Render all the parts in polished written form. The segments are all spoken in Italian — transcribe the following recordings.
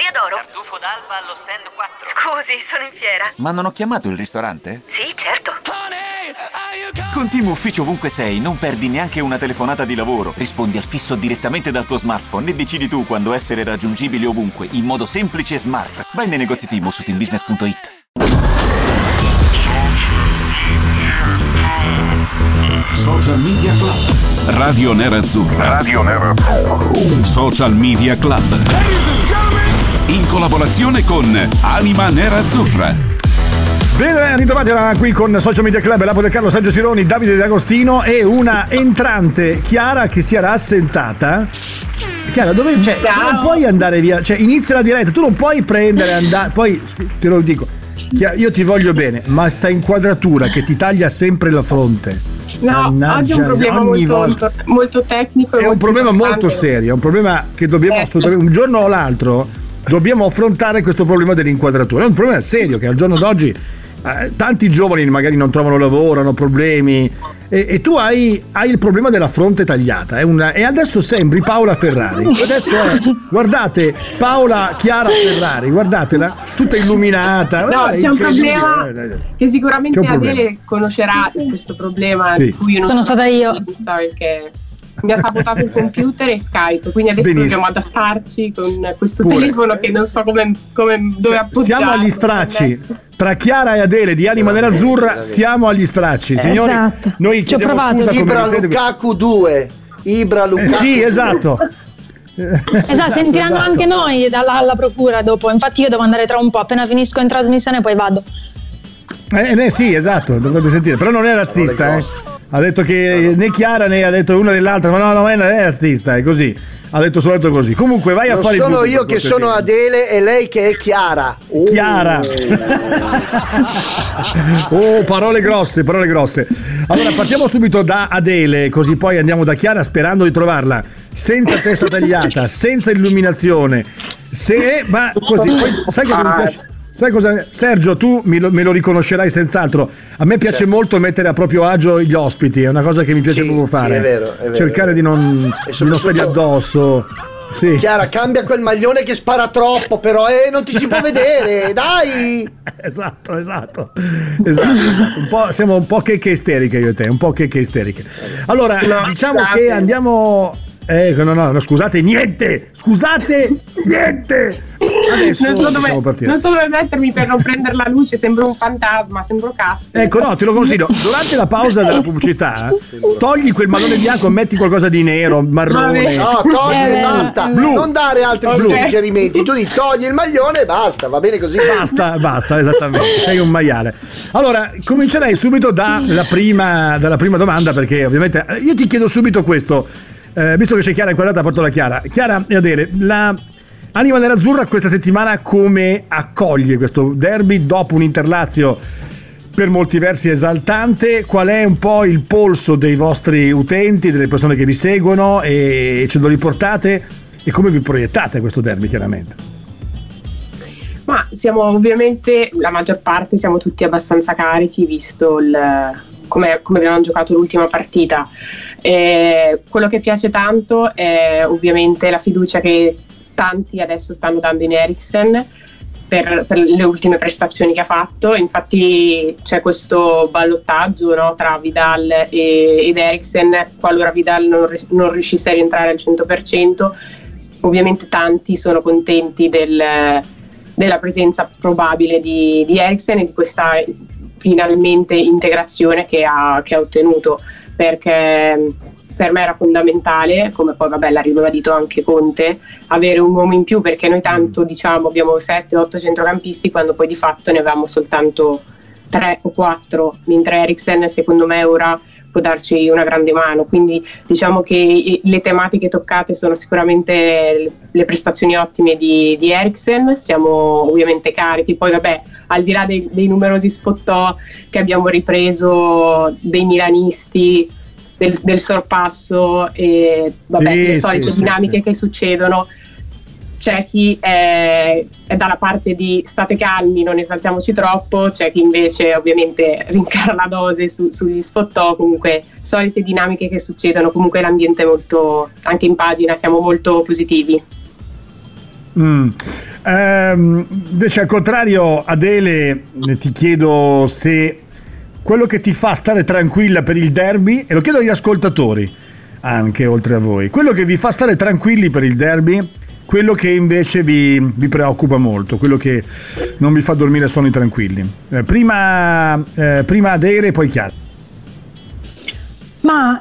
Osteria d'Oro. Tartufo d'alba allo stand 4. Scusi, sono in fiera. Ma non ho chiamato il ristorante? Sì, certo. Con Team Ufficio ovunque sei, non perdi neanche una telefonata di lavoro. Rispondi al fisso direttamente dal tuo smartphone e decidi tu quando essere raggiungibile ovunque, in modo semplice e smart. Vai nei negozi Team o su teambusiness.it. Social Media Club. Radio Nerazzurra. Social Media Club. In collaborazione con Anima Nerazzurra. Bene, ritrovati qui con Social Media Club, Lapo Del Carlo, Sergio Sironi, Davide D'Agostino e una entrante, Chiara, che si era assentata. Chiara, dove c'è? Tu non puoi andare via, cioè inizia la diretta, tu non puoi prendere, andare, poi te lo dico. Chiara, io ti voglio bene, ma sta inquadratura che ti taglia sempre la fronte. No, oggi è un problema molto tecnico. È un problema molto serio, è un problema che dobbiamo assolutamente, un giorno o l'altro, dobbiamo affrontare questo problema dell'inquadratura. È un problema serio che al giorno d'oggi tanti giovani magari non trovano lavoro, hanno problemi e tu hai il problema della fronte tagliata. E adesso sembri Paola Ferrari. Adesso guardate, Paola Chiara Ferrari, guardatela, tutta illuminata. No, c'è un problema che sicuramente Adele conoscerà questo problema, sì. Di cui io non sono stata io. Perché mi ha sabotato il computer e Skype, quindi adesso dobbiamo adattarci con questo telefono che non so come dove appoggiare. Siamo agli stracci tra Chiara e Adele di Anima Nerazzurra, siamo agli stracci, signori. Esatto. Noi ci ho provato. Ibra Lukaku 2. Ibra Lukaku. Sì, esatto. Esatto, sentiranno anche noi alla procura dopo. Infatti io devo andare tra un po', appena finisco in trasmissione poi vado. Sì, esatto, dovete sentire, però non è razzista, Ha detto che né Chiara né ha detto una dell'altra, ma no, non è razzista, è così. Ha detto soltanto così. Comunque vai a fare il sono io che sono Adele e lei che è Chiara. Chiara. Parole grosse. Allora partiamo subito da Adele, così poi andiamo da Chiara sperando di trovarla senza testa tagliata, senza illuminazione. Ma così, poi sai cosa mi piace? Sai cosa? Sergio, tu me lo riconoscerai senz'altro. A me piace molto mettere a proprio agio gli ospiti, è una cosa che mi piace proprio fare. Sì, è vero, cercare di non stargli addosso. Sì. Chiara, cambia quel maglione che spara troppo, però non ti si può vedere, dai! Esatto. Siamo un po' che isteriche io e te, un po' che isteriche. Allora, diciamo che andiamo. No, scusate niente. Adesso non so dove mettermi per non prendere la luce, sembro un fantasma, sembro Casper. Ecco, no, te lo consiglio. Durante la pausa della pubblicità, togli quel maglione bianco e metti qualcosa di nero, marrone. No, togli, basta. Blu. Non dare altri suggerimenti. Tu togli il maglione e basta, va bene così. Basta, esattamente. Sei un maiale. Allora, comincerei subito dalla prima domanda, perché ovviamente io ti chiedo subito questo. Visto che c'è Chiara inquadrata, porto la Chiara e Adele, la Anima Nerazzurra questa settimana come accoglie questo derby dopo un Interlazio per molti versi esaltante? Qual è un po' il polso dei vostri utenti, delle persone che vi seguono, e ce lo riportate, e come vi proiettate a questo derby chiaramente? Ma siamo ovviamente, la maggior parte siamo tutti abbastanza carichi, visto come abbiamo giocato l'ultima partita. Quello che piace tanto è ovviamente la fiducia che tanti adesso stanno dando in Eriksen per le ultime prestazioni che ha fatto. Infatti c'è questo ballottaggio, no, tra Vidal ed Eriksen. Qualora Vidal non riuscisse a rientrare al 100%, ovviamente tanti sono contenti della presenza probabile di Eriksen e di questa finalmente integrazione che ha ottenuto, perché per me era fondamentale, come poi l'ha ribadito anche Conte, avere un uomo in più, perché noi tanto diciamo abbiamo 7-8 centrocampisti quando poi di fatto ne avevamo soltanto 3 o 4, mentre Eriksen secondo me ora può darci una grande mano. Quindi diciamo che le tematiche toccate sono sicuramente le prestazioni ottime di Eriksen. Siamo ovviamente carichi, poi al di là dei numerosi spottò che abbiamo ripreso dei milanisti, del sorpasso e le solite dinamiche che succedono, c'è chi è dalla parte di state calmi, non esaltiamoci troppo, c'è chi invece ovviamente rincara la dose sugli spottò. Comunque solite dinamiche che succedono, comunque l'ambiente è molto, anche in pagina siamo molto positivi. Invece al contrario, Adele, ti chiedo se quello che ti fa stare tranquilla per il derby, e lo chiedo agli ascoltatori anche oltre a voi, quello che vi fa stare tranquilli per il derby, quello che invece vi preoccupa molto, quello che non vi fa dormire sonni tranquilli. Prima Adele, poi Chiara. Ma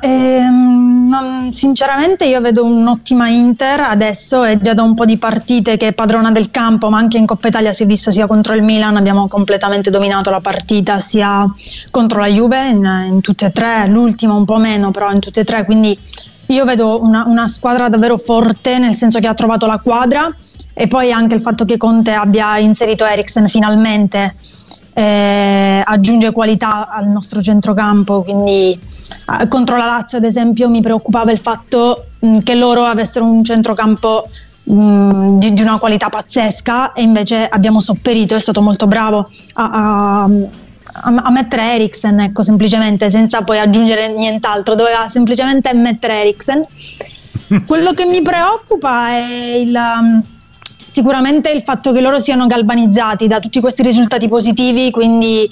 sinceramente io vedo un'ottima Inter adesso, è già da un po' di partite che è padrona del campo, ma anche in Coppa Italia si è visto, sia contro il Milan abbiamo completamente dominato la partita, sia contro la Juve in tutte e tre, l'ultima un po' meno, però in tutte e tre, quindi io vedo una squadra davvero forte, nel senso che ha trovato la quadra, e poi anche il fatto che Conte abbia inserito Eriksen finalmente aggiunge qualità al nostro centrocampo, quindi contro la Lazio ad esempio mi preoccupava il fatto che loro avessero un centrocampo di una qualità pazzesca, e invece abbiamo sopperito, è stato molto bravo a mettere Eriksen, ecco, semplicemente, senza poi aggiungere nient'altro, doveva semplicemente mettere Eriksen. Quello che mi preoccupa è sicuramente il fatto che loro siano galvanizzati da tutti questi risultati positivi, quindi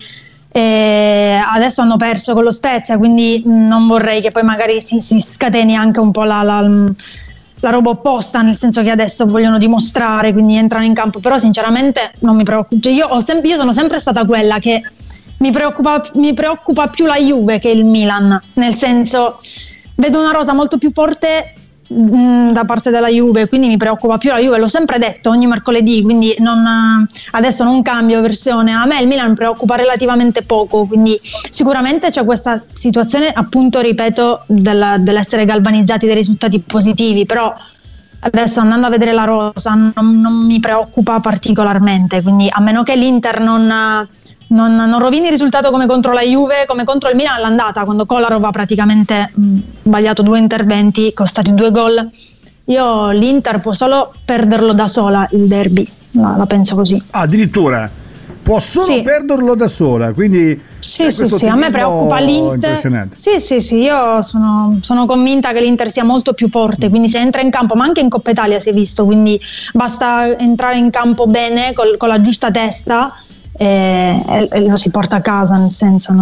adesso hanno perso con lo Spezia, quindi non vorrei che poi magari si scateni anche un po' la roba opposta, nel senso che adesso vogliono dimostrare, quindi entrano in campo, però sinceramente non mi preoccupa. Io sono sempre stata quella che mi preoccupa più la Juve che il Milan, nel senso vedo una rosa molto più forte da parte della Juve, quindi mi preoccupa più la Juve, l'ho sempre detto ogni mercoledì, quindi adesso non cambio versione. A me il Milan mi preoccupa relativamente poco, quindi sicuramente c'è questa situazione, appunto ripeto, dell'essere galvanizzati dai risultati positivi, però adesso andando a vedere la rosa non mi preoccupa particolarmente, quindi a meno che l'Inter non rovini il risultato come contro la Juve, come contro il Milan all'andata, quando Kolarov ha praticamente sbagliato 2 interventi, costati 2 gol. Io l'Inter può solo perderlo da sola il derby, la penso così. Addirittura può solo perderlo da sola, quindi sì, a me preoccupa l'Inter. Sì, io sono convinta che l'Inter sia molto più forte, quindi se entra in campo, ma anche in Coppa Italia si è visto, quindi basta entrare in campo bene con la giusta testa e lo si porta a casa, nel senso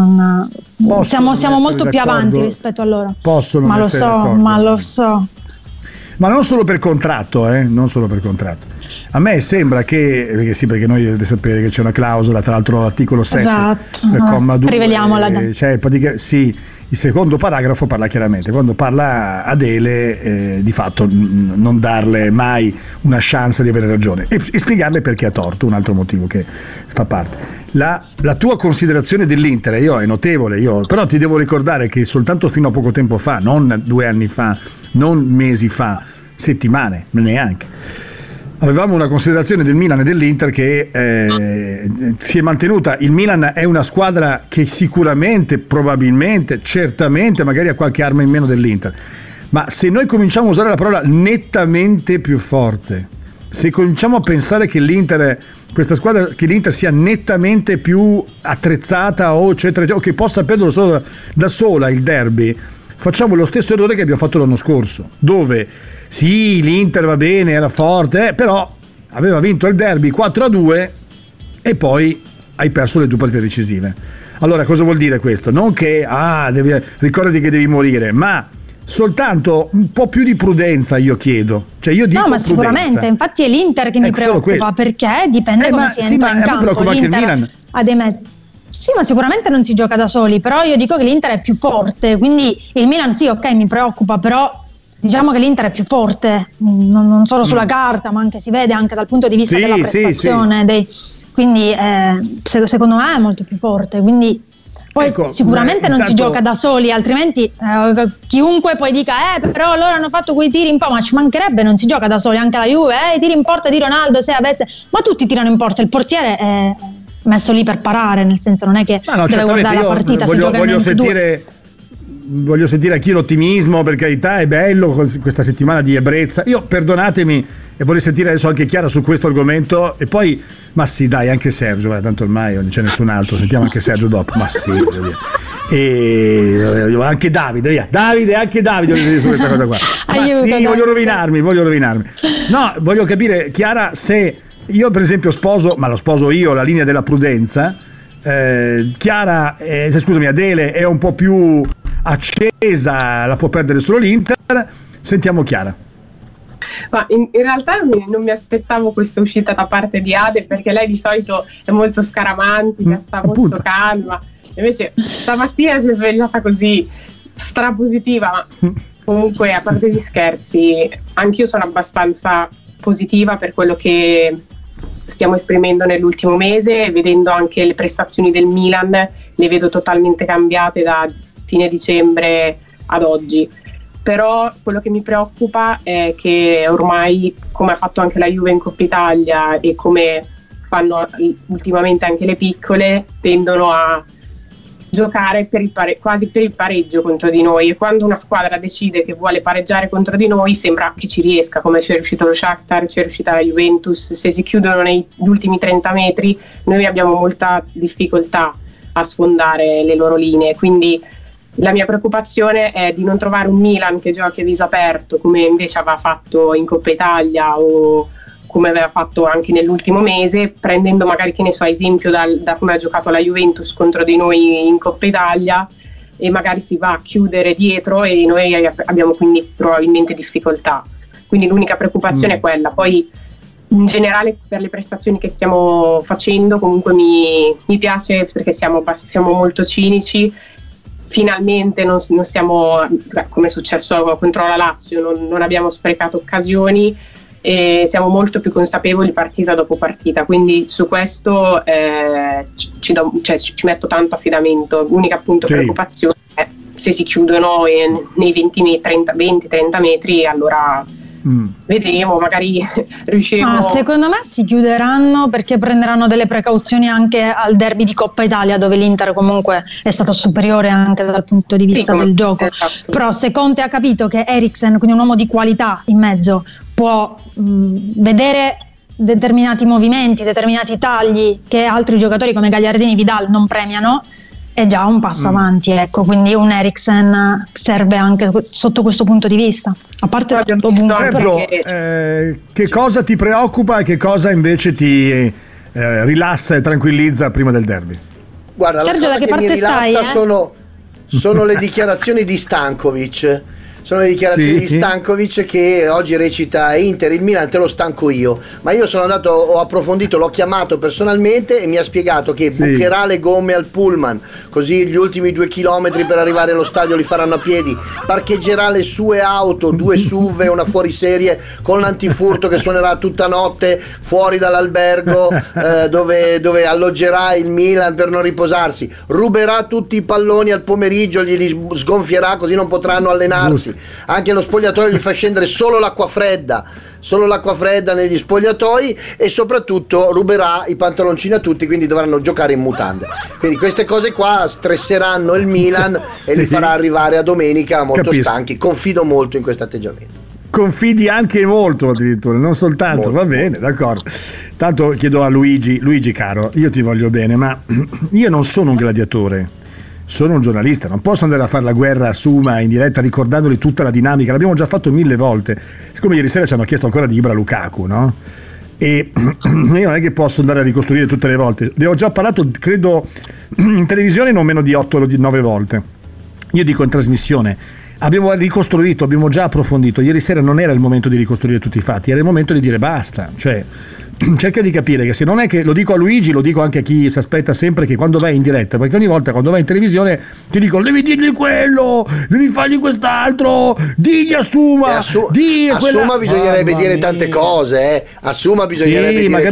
siamo molto più avanti rispetto a loro. Ma lo so. Ma non solo per contratto, non solo per contratto. A me sembra perché noi dovete sapere che c'è una clausola, tra l'altro l'articolo 7, comma 2, riveliamola. Sì, il secondo paragrafo parla chiaramente, quando parla Adele di fatto non darle mai una chance di avere ragione e spiegarle perché ha torto, un altro motivo che fa parte. La tua considerazione dell'Inter è notevole, però ti devo ricordare che soltanto fino a poco tempo fa, non 2 anni fa, non mesi fa, settimane, neanche, avevamo una considerazione del Milan e dell'Inter che si è mantenuta. Il Milan è una squadra che sicuramente, probabilmente, certamente magari ha qualche arma in meno dell'Inter, ma se noi cominciamo a usare la parola nettamente più forte, se cominciamo a pensare che l'Inter sia nettamente più attrezzata o eccetera, o che possa perderlo solo da sola il derby, facciamo lo stesso errore che abbiamo fatto l'anno scorso, dove sì, l'Inter va bene, era forte, però aveva vinto il derby 4-2 e poi hai perso le 2 partite decisive. Allora cosa vuol dire questo? Non che ricordati che devi morire, ma soltanto un po' più di prudenza, io chiedo. Cioè io dico prudenza. Sicuramente, infatti è l'Inter che mi preoccupa, perché dipende come si entra in campo. L'Inter ha dei Sì, ma sicuramente non si gioca da soli, però io dico che l'Inter è più forte, quindi il Milan sì, ok, mi preoccupa, però diciamo che l'Inter è più forte, non solo sulla carta, ma anche si vede anche dal punto di vista della prestazione, quindi secondo me è molto più forte, quindi poi sicuramente non si gioca da soli, altrimenti chiunque poi dica però loro hanno fatto quei tiri in porta, ma ci mancherebbe, non si gioca da soli, anche la Juve, i tiri in porta di Ronaldo, se avesse, ma tutti tirano in porta, il portiere è messo lì per parare, nel senso non è che deve guardare la partita, voglio sentire anch'io l'ottimismo, per carità, è bello questa settimana di ebbrezza. Io, perdonatemi, e vorrei sentire adesso anche Chiara su questo argomento, e poi, ma sì, dai, anche Sergio, tanto ormai non c'è nessun altro, sentiamo anche Sergio dopo, ma sì, e anche Davide, anche Davide voglio dire su questa cosa qua. Ma sì, voglio rovinarmi. No, voglio capire, Chiara, se io per esempio lo sposo io, la linea della prudenza. Chiara, scusami, Adele è un po' più accesa, la può perdere solo l'Inter. Sentiamo Chiara. Ma in realtà non mi aspettavo questa uscita da parte di Ade, perché lei di solito è molto scaramantica, sta molto calma. Invece stamattina si è svegliata così strapositiva. Ma comunque, a parte gli scherzi, anch'io sono abbastanza positiva per quello che stiamo esprimendo nell'ultimo mese, vedendo anche le prestazioni del Milan, le vedo totalmente cambiate da fine dicembre ad oggi. Però quello che mi preoccupa è che ormai, come ha fatto anche la Juve in Coppa Italia e come fanno ultimamente anche le piccole, tendono a giocare quasi per il pareggio contro di noi, e quando una squadra decide che vuole pareggiare contro di noi sembra che ci riesca, come ci è riuscito lo Shakhtar, ci è riuscita la Juventus. Se si chiudono negli ultimi 30 metri noi abbiamo molta difficoltà a sfondare le loro linee, quindi la mia preoccupazione è di non trovare un Milan che giochi a viso aperto come invece aveva fatto in Coppa Italia o come aveva fatto anche nell'ultimo mese, prendendo magari, che ne so, esempio da come ha giocato la Juventus contro di noi in Coppa Italia, e magari si va a chiudere dietro e noi abbiamo quindi probabilmente difficoltà. Quindi l'unica preoccupazione è quella. Poi in generale per le prestazioni che stiamo facendo comunque mi piace, perché siamo molto cinici. Finalmente non stiamo, come è successo contro la Lazio, non abbiamo sprecato occasioni e siamo molto più consapevoli partita dopo partita, quindi su questo ci metto tanto affidamento. L'unica appunto preoccupazione è se si chiudono nei 20-30 metri, allora vedremo, magari riusciremo. Secondo me si chiuderanno perché prenderanno delle precauzioni anche al derby di Coppa Italia, dove l'Inter comunque è stato superiore anche dal punto di vista del gioco. Esatto. Però se Conte ha capito che Eriksen, quindi un uomo di qualità in mezzo, può vedere determinati movimenti, determinati tagli che altri giocatori come Gagliardini, Vidal non premiano, è già un passo avanti, ecco. Quindi un Eriksen serve anche sotto questo punto di vista. A parte Sergio, che cosa ti preoccupa e che cosa invece ti rilassa e tranquillizza prima del derby? Guarda, Sergio, la cosa da che che parte mi rilassa stai, sono le dichiarazioni di Stankovic. Sono le dichiarazioni di Stankovic che oggi recita: Inter, il Milan te lo stanco io. Ma io sono andato, ho approfondito, l'ho chiamato personalmente e mi ha spiegato che bucherà le gomme al pullman, così gli ultimi 2 chilometri per arrivare allo stadio li faranno a piedi, parcheggerà le sue auto, 2 SUV e una fuoriserie con l'antifurto che suonerà tutta notte fuori dall'albergo dove alloggerà il Milan per non riposarsi, ruberà tutti i palloni al pomeriggio, glieli sgonfierà così non potranno allenarsi. Anche lo spogliatoio gli fa scendere solo l'acqua fredda negli spogliatoi, e soprattutto ruberà i pantaloncini a tutti, quindi dovranno giocare in mutande. Quindi queste cose qua stresseranno il Milan e li farà arrivare a domenica molto stanchi. Confido molto in questo atteggiamento. Confidi anche molto, addirittura, non soltanto. Va bene, d'accordo. Tanto chiedo a Luigi, caro, io ti voglio bene, ma io non sono un gladiatore. Sono un giornalista, non posso andare a fare la guerra a Suma in diretta ricordandoli tutta la dinamica, l'abbiamo già fatto 1000 volte. Siccome ieri sera ci hanno chiesto ancora di Ibra Lukaku, no? E io non è che posso andare a ricostruire tutte le volte. Ne ho già parlato, credo, in televisione non meno di 8 o 9 volte. Io dico in trasmissione, abbiamo ricostruito, abbiamo già approfondito. Ieri sera non era il momento di ricostruire tutti i fatti, era il momento di dire basta. Cioè, cerca di capire che se non è che, lo dico a Luigi, lo dico anche a chi si aspetta sempre che quando vai in diretta, perché ogni volta quando vai in televisione ti dicono devi dirgli quello, devi fargli quest'altro, digli a Suma, a Suma bisognerebbe dire tante cose, a Suma bisognerebbe dire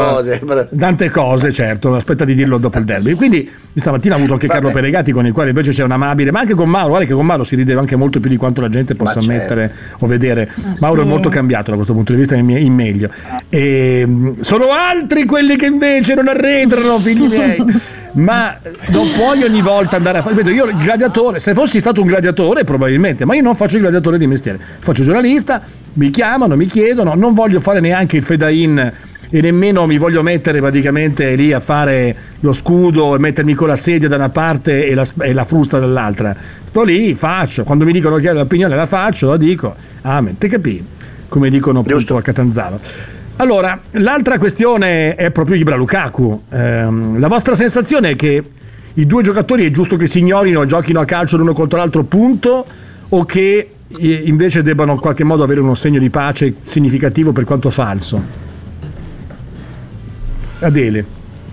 tante cose, certo, aspetta di dirlo dopo il derby. Quindi stamattina ho avuto anche Carlo Peregati, con il quale invece c'è un amabile, ma anche con Mauro, guarda che con Mauro si rideva anche molto più di quanto la gente possa ammettere o vedere. Mauro è molto cambiato da questo punto di vista, in meglio. E sono altri quelli che invece non arretrano, figli miei. Ma non puoi ogni volta andare a fare. Io il gladiatore, se fossi stato un gladiatore probabilmente, ma io non faccio il gladiatore di mestiere, faccio giornalista, mi chiamano, mi chiedono, non voglio fare neanche il fede-in e nemmeno mi voglio mettere praticamente lì a fare lo scudo e mettermi con la sedia da una parte e la frusta dall'altra. Sto lì, faccio, quando mi dicono che l'opinione la faccio, la dico, amen, te capì, come dicono appunto a Catanzaro. Allora, l'altra questione è proprio Ibra-Lukaku. La vostra sensazione è che i due giocatori è giusto che si ignorino e giochino a calcio l'uno contro l'altro, punto, o che invece debbano in qualche modo avere uno segno di pace significativo, per quanto falso? Adele.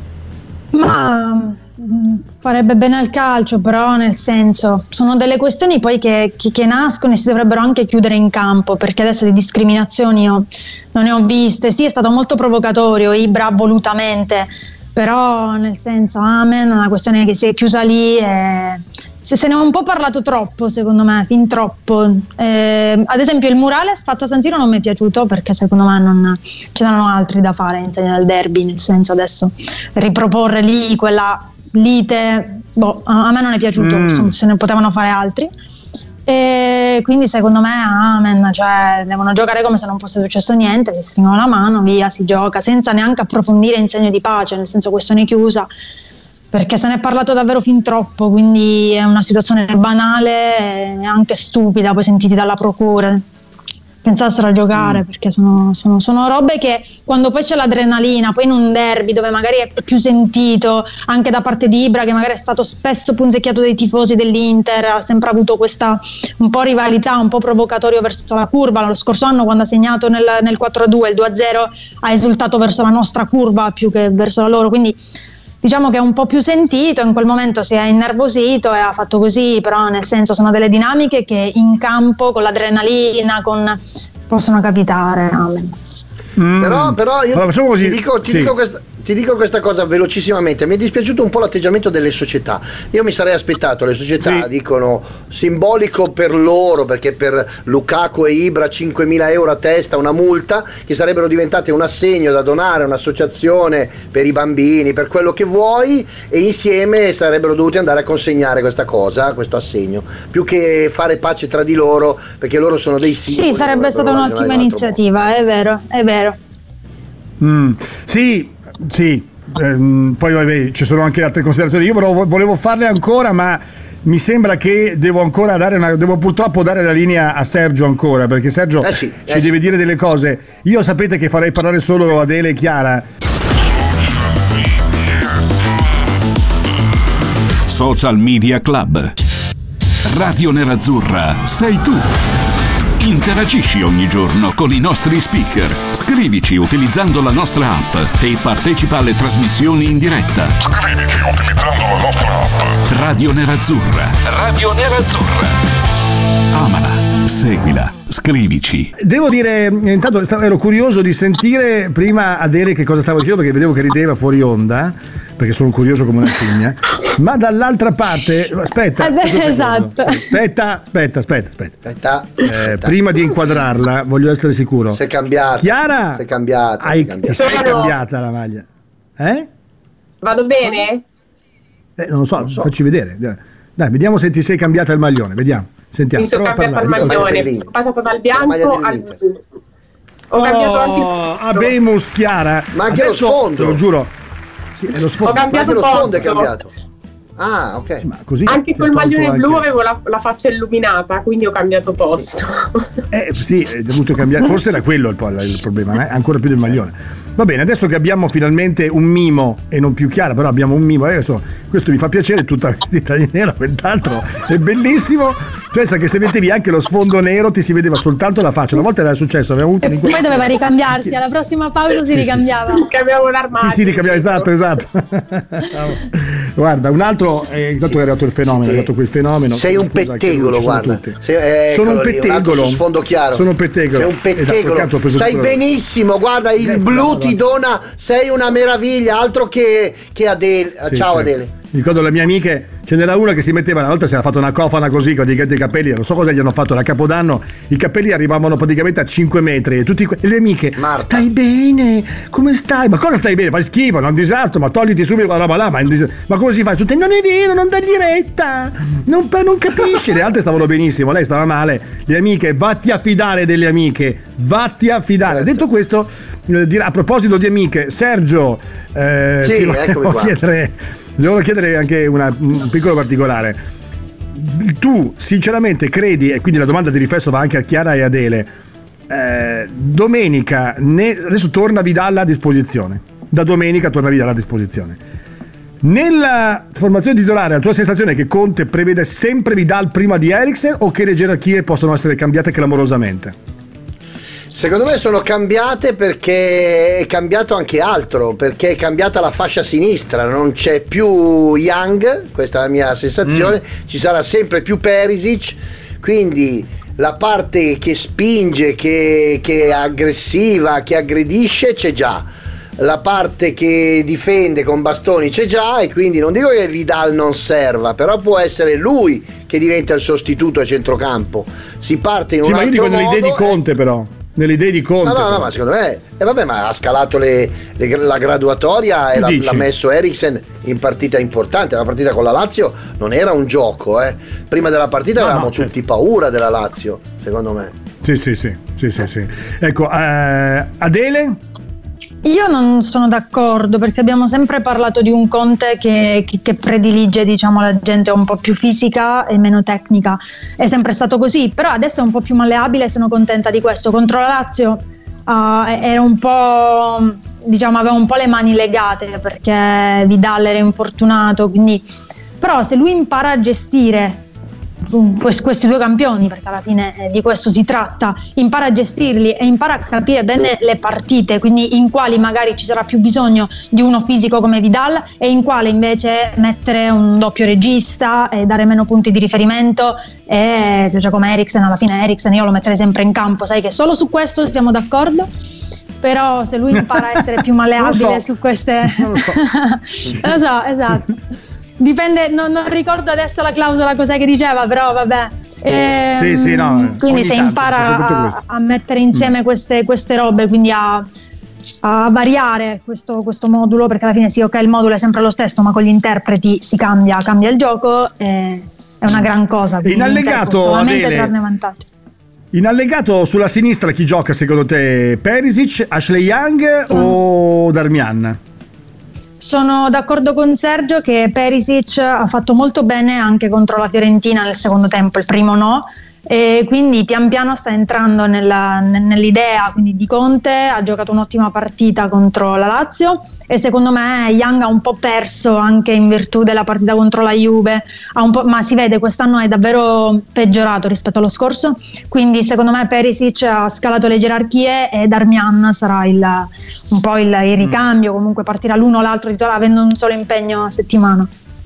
Ma farebbe bene al calcio, però nel senso sono delle questioni poi che nascono e si dovrebbero anche chiudere in campo, perché adesso di discriminazioni io non ne ho viste. Sì, è stato molto provocatorio, Ibra volutamente, però nel senso amen, è una questione che si è chiusa lì e se ne è un po' parlato troppo, secondo me, fin troppo. Ad esempio il murales fatto a San Siro non mi è piaciuto, perché secondo me non ce n'erano altri da fare in segno del derby, nel senso adesso riproporre lì quella lite, a me non è piaciuto, se ne potevano fare altri. E quindi secondo me amen, cioè devono giocare come se non fosse successo niente, si stringono la mano, via, si gioca senza neanche approfondire in segno di pace, nel senso questione chiusa, perché se ne è parlato davvero fin troppo, quindi è una situazione banale e anche stupida, poi sentiti dalla procura. Pensassero a giocare, perché sono robe che quando poi c'è l'adrenalina, poi in un derby dove magari è più sentito anche da parte di Ibra, che magari è stato spesso punzecchiato dai tifosi dell'Inter, ha sempre avuto questa un po' rivalità, un po' provocatorio verso la curva. Lo scorso anno, quando ha segnato nel 4-2 il 2-0, ha esultato verso la nostra curva più che verso la loro, quindi diciamo che è un po' più sentito, in quel momento si è innervosito e ha fatto così, però nel senso sono delle dinamiche che in campo con l'adrenalina possono capitare. Però io allora, ti dico questa cosa velocissimamente. Mi è dispiaciuto un po' l'atteggiamento delle società. Io mi sarei aspettato, le società dicono simbolico per loro, perché per Lukaku e Ibra 5.000 euro a testa, una multa, che sarebbero diventate un assegno da donare a un'associazione per i bambini, per quello che vuoi, e insieme sarebbero dovuti andare a consegnare questa cosa, questo assegno, più che fare pace tra di loro, perché loro sono dei simboli. Sì, sarebbe stata un'ottima iniziativa, è vero. Sì, poi vabbè, ci sono anche altre considerazioni. Io volevo farle ancora, ma mi sembra che devo purtroppo dare la linea a Sergio ancora, perché Sergio ci deve dire delle cose. Io sapete che farei parlare solo Adele e Chiara. Social Media Club. Radio Nerazzurra sei tu. Interagisci ogni giorno con i nostri speaker. Scrivici utilizzando la nostra app e partecipa alle trasmissioni in diretta. Scrivici utilizzando la nostra app. Radio Nerazzurra. Radio Nerazzurra. Amala, seguila, scrivici. Devo dire, intanto ero curioso di sentire prima Adele che cosa stava dicendo, perché vedevo che rideva fuori onda, perché sono curioso come una scimmia. Ma dall'altra parte, aspetta, esatto. Aspetta. Prima di inquadrarla, voglio essere sicuro. Si è cambiata. Chiara, si è cambiata. Sei cambiata la maglia. Vado bene? Non lo so, facci vedere. Dai, vediamo se ti sei cambiata il maglione, vediamo. Sentiamo. Mi sono cambiata il maglione, sono passata dal bianco al blu. Ho cambiato anche il Abemus, Chiara. Ma anche adesso, lo sfondo. Te lo giuro. Sì, è lo sfondo. Ho cambiato lo sfondo è posto. cambiato. Ah, ok. Ma così anche col maglione blu avevo la faccia illuminata, quindi ho cambiato posto. Sì, è dovuto cambiare. Forse era quello il problema, ancora più del maglione. Va bene, adesso che abbiamo finalmente un mimo, e non più Chiara, però abbiamo un mimo, adesso questo mi fa piacere, tutta vestita di nero, quell'altro è bellissimo. Pensa che se mettevi anche lo sfondo nero ti si vedeva soltanto la faccia. Una volta era successo, aveva avuto poi doveva ricambiarsi, alla prossima pausa si ricambiava. Cambiavo l'armadio. Sì, ricambiava, esatto. Guarda, un altro, intanto è arrivato il fenomeno, è arrivato quel fenomeno. Sei un pettegolo, guarda. Sono un pettegolo. Sfondo chiaro. Sono un pettegolo. Sei un pettegolo. Stai benissimo, guarda, il blu ti dona, sei una meraviglia, altro che Adele. Ciao, certo. Adele. Mi ricordo le mie amiche, ce n'era una che si metteva, una volta si era fatta una cofana così con dei capelli, non so cosa gli hanno fatto, era Capodanno, i capelli arrivavano praticamente a 5 metri e tutte le amiche, Marta. Stai bene? Come stai? Ma cosa stai bene? Fai schifo, è un disastro, ma togliti subito quella roba là, ma come si fa? Tutte, non è vero, non dargli retta, non capisci, le altre stavano benissimo, lei stava male, le amiche, vatti a fidare delle amiche, vatti a fidare. Certo. Detto questo, a proposito di amiche, Sergio, ti devo chiedere anche un piccolo particolare. Tu sinceramente credi, e quindi la domanda di riflesso va anche a Chiara e Adele, domenica adesso torna Vidal a disposizione. Da domenica torna Vidal a disposizione. Nella formazione titolare, la tua sensazione è che Conte prevede sempre Vidal prima di Eriksen o che le gerarchie possono essere cambiate clamorosamente? Secondo me sono cambiate perché è cambiato anche altro, perché è cambiata la fascia sinistra, non c'è più Young, questa è la mia sensazione, ci sarà sempre più Perisic, quindi la parte che spinge, che è aggressiva, che aggredisce c'è già, la parte che difende con bastoni c'è già, e quindi non dico che Vidal non serva, però può essere lui che diventa il sostituto a centrocampo. Si parte in un altro modo. Ma io dico nelle idee di Conte, però. Nelle idee di Conte. No, ma secondo me, vabbè, ma ha scalato la graduatoria e l'ha messo Eriksen in partita importante. La partita con la Lazio non era un gioco, prima della partita avevamo tutti paura della Lazio, secondo me. Sì. Ecco, Adele? Io non sono d'accordo, perché abbiamo sempre parlato di un Conte che predilige, diciamo, la gente un po' più fisica e meno tecnica. È sempre stato così, però adesso è un po' più malleabile e sono contenta di questo. Contro la Lazio era un po', diciamo, aveva un po' le mani legate perché Vidal era infortunato, quindi però se lui impara a gestire questi due campioni, perché alla fine di questo si tratta, impara a gestirli e impara a capire bene le partite, quindi in quali magari ci sarà più bisogno di uno fisico come Vidal e in quale invece mettere un doppio regista e dare meno punti di riferimento, e cioè come Eriksen, alla fine Eriksen io lo metterei sempre in campo, sai che solo su questo siamo d'accordo, però se lui impara a essere più malleabile su queste lo so, esatto. Dipende, non ricordo adesso la clausola cos'è che diceva, però vabbè. Quindi se impara a mettere insieme queste robe, quindi a variare questo modulo, perché alla fine sì, ok, il modulo è sempre lo stesso, ma con gli interpreti si cambia il gioco, è una gran cosa. In allegato, solamente trarne vantaggio. In allegato sulla sinistra chi gioca secondo te? Perisic, Ashley Young o Darmian? Sono d'accordo con Sergio che Perisic ha fatto molto bene anche contro la Fiorentina nel secondo tempo, il primo no, e quindi pian piano sta entrando nell'idea quindi di Conte, ha giocato un'ottima partita contro la Lazio e secondo me Young ha un po' perso anche in virtù della partita contro la Juve, ma si vede quest'anno è davvero peggiorato rispetto allo scorso, quindi secondo me Perisic ha scalato le gerarchie e Darmian sarà un po' il ricambio, comunque partirà l'uno o l'altro titolare avendo un solo impegno a settimana.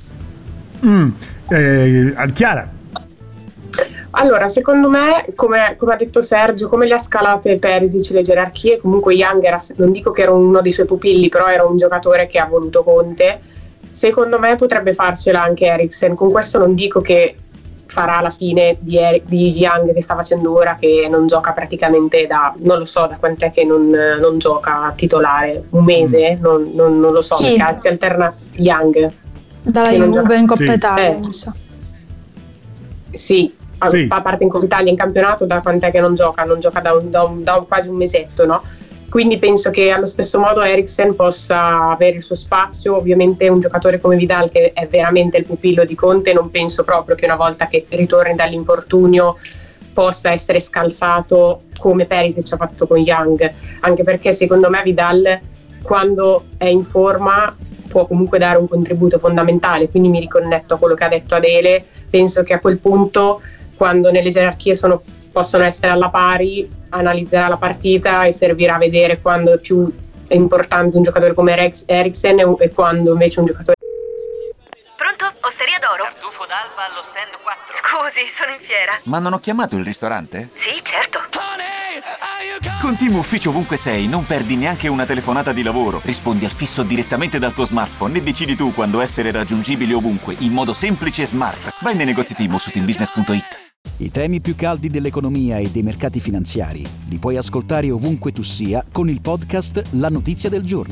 Chiara? Allora, secondo me, come ha detto Sergio, come le ha scalate Perisic le gerarchie, comunque Young non dico che era uno dei suoi pupilli, però era un giocatore che ha voluto Conte. Secondo me potrebbe farcela anche Eriksen. Con questo non dico che farà la fine di Young che sta facendo ora, che non gioca praticamente non lo so da quant'è che non gioca titolare, un mese, non lo so, perché si alterna Young. Dalla Juve in Coppa Italia, non so. Sì. Fa parte in Coppa Italia, in campionato da quant'è che non gioca da quasi un mesetto, no? Quindi penso che allo stesso modo Eriksen possa avere il suo spazio. Ovviamente un giocatore come Vidal, che è veramente il pupillo di Conte, non penso proprio che una volta che ritorni dall'infortunio possa essere scalzato come Perisic ha fatto con Young, anche perché secondo me Vidal quando è in forma può comunque dare un contributo fondamentale, quindi mi riconnetto a quello che ha detto Adele. Penso che a quel punto, quando nelle gerarchie possono essere alla pari, analizzerà la partita e servirà a vedere quando è più importante un giocatore come Eriksen e quando invece un giocatore. Pronto? Osteria d'Oro? Tartufo d'alba allo stand 4. Scusi, sono in fiera. Ma non ho chiamato il ristorante? Sì, certo. Con Team Ufficio ovunque sei, non perdi neanche una telefonata di lavoro. Rispondi al fisso direttamente dal tuo smartphone e decidi tu quando essere raggiungibile ovunque, in modo semplice e smart. Vai nei negozi Team o su teambusiness.it. I temi più caldi dell'economia e dei mercati finanziari li puoi ascoltare ovunque tu sia con il podcast La Notizia del Giorno.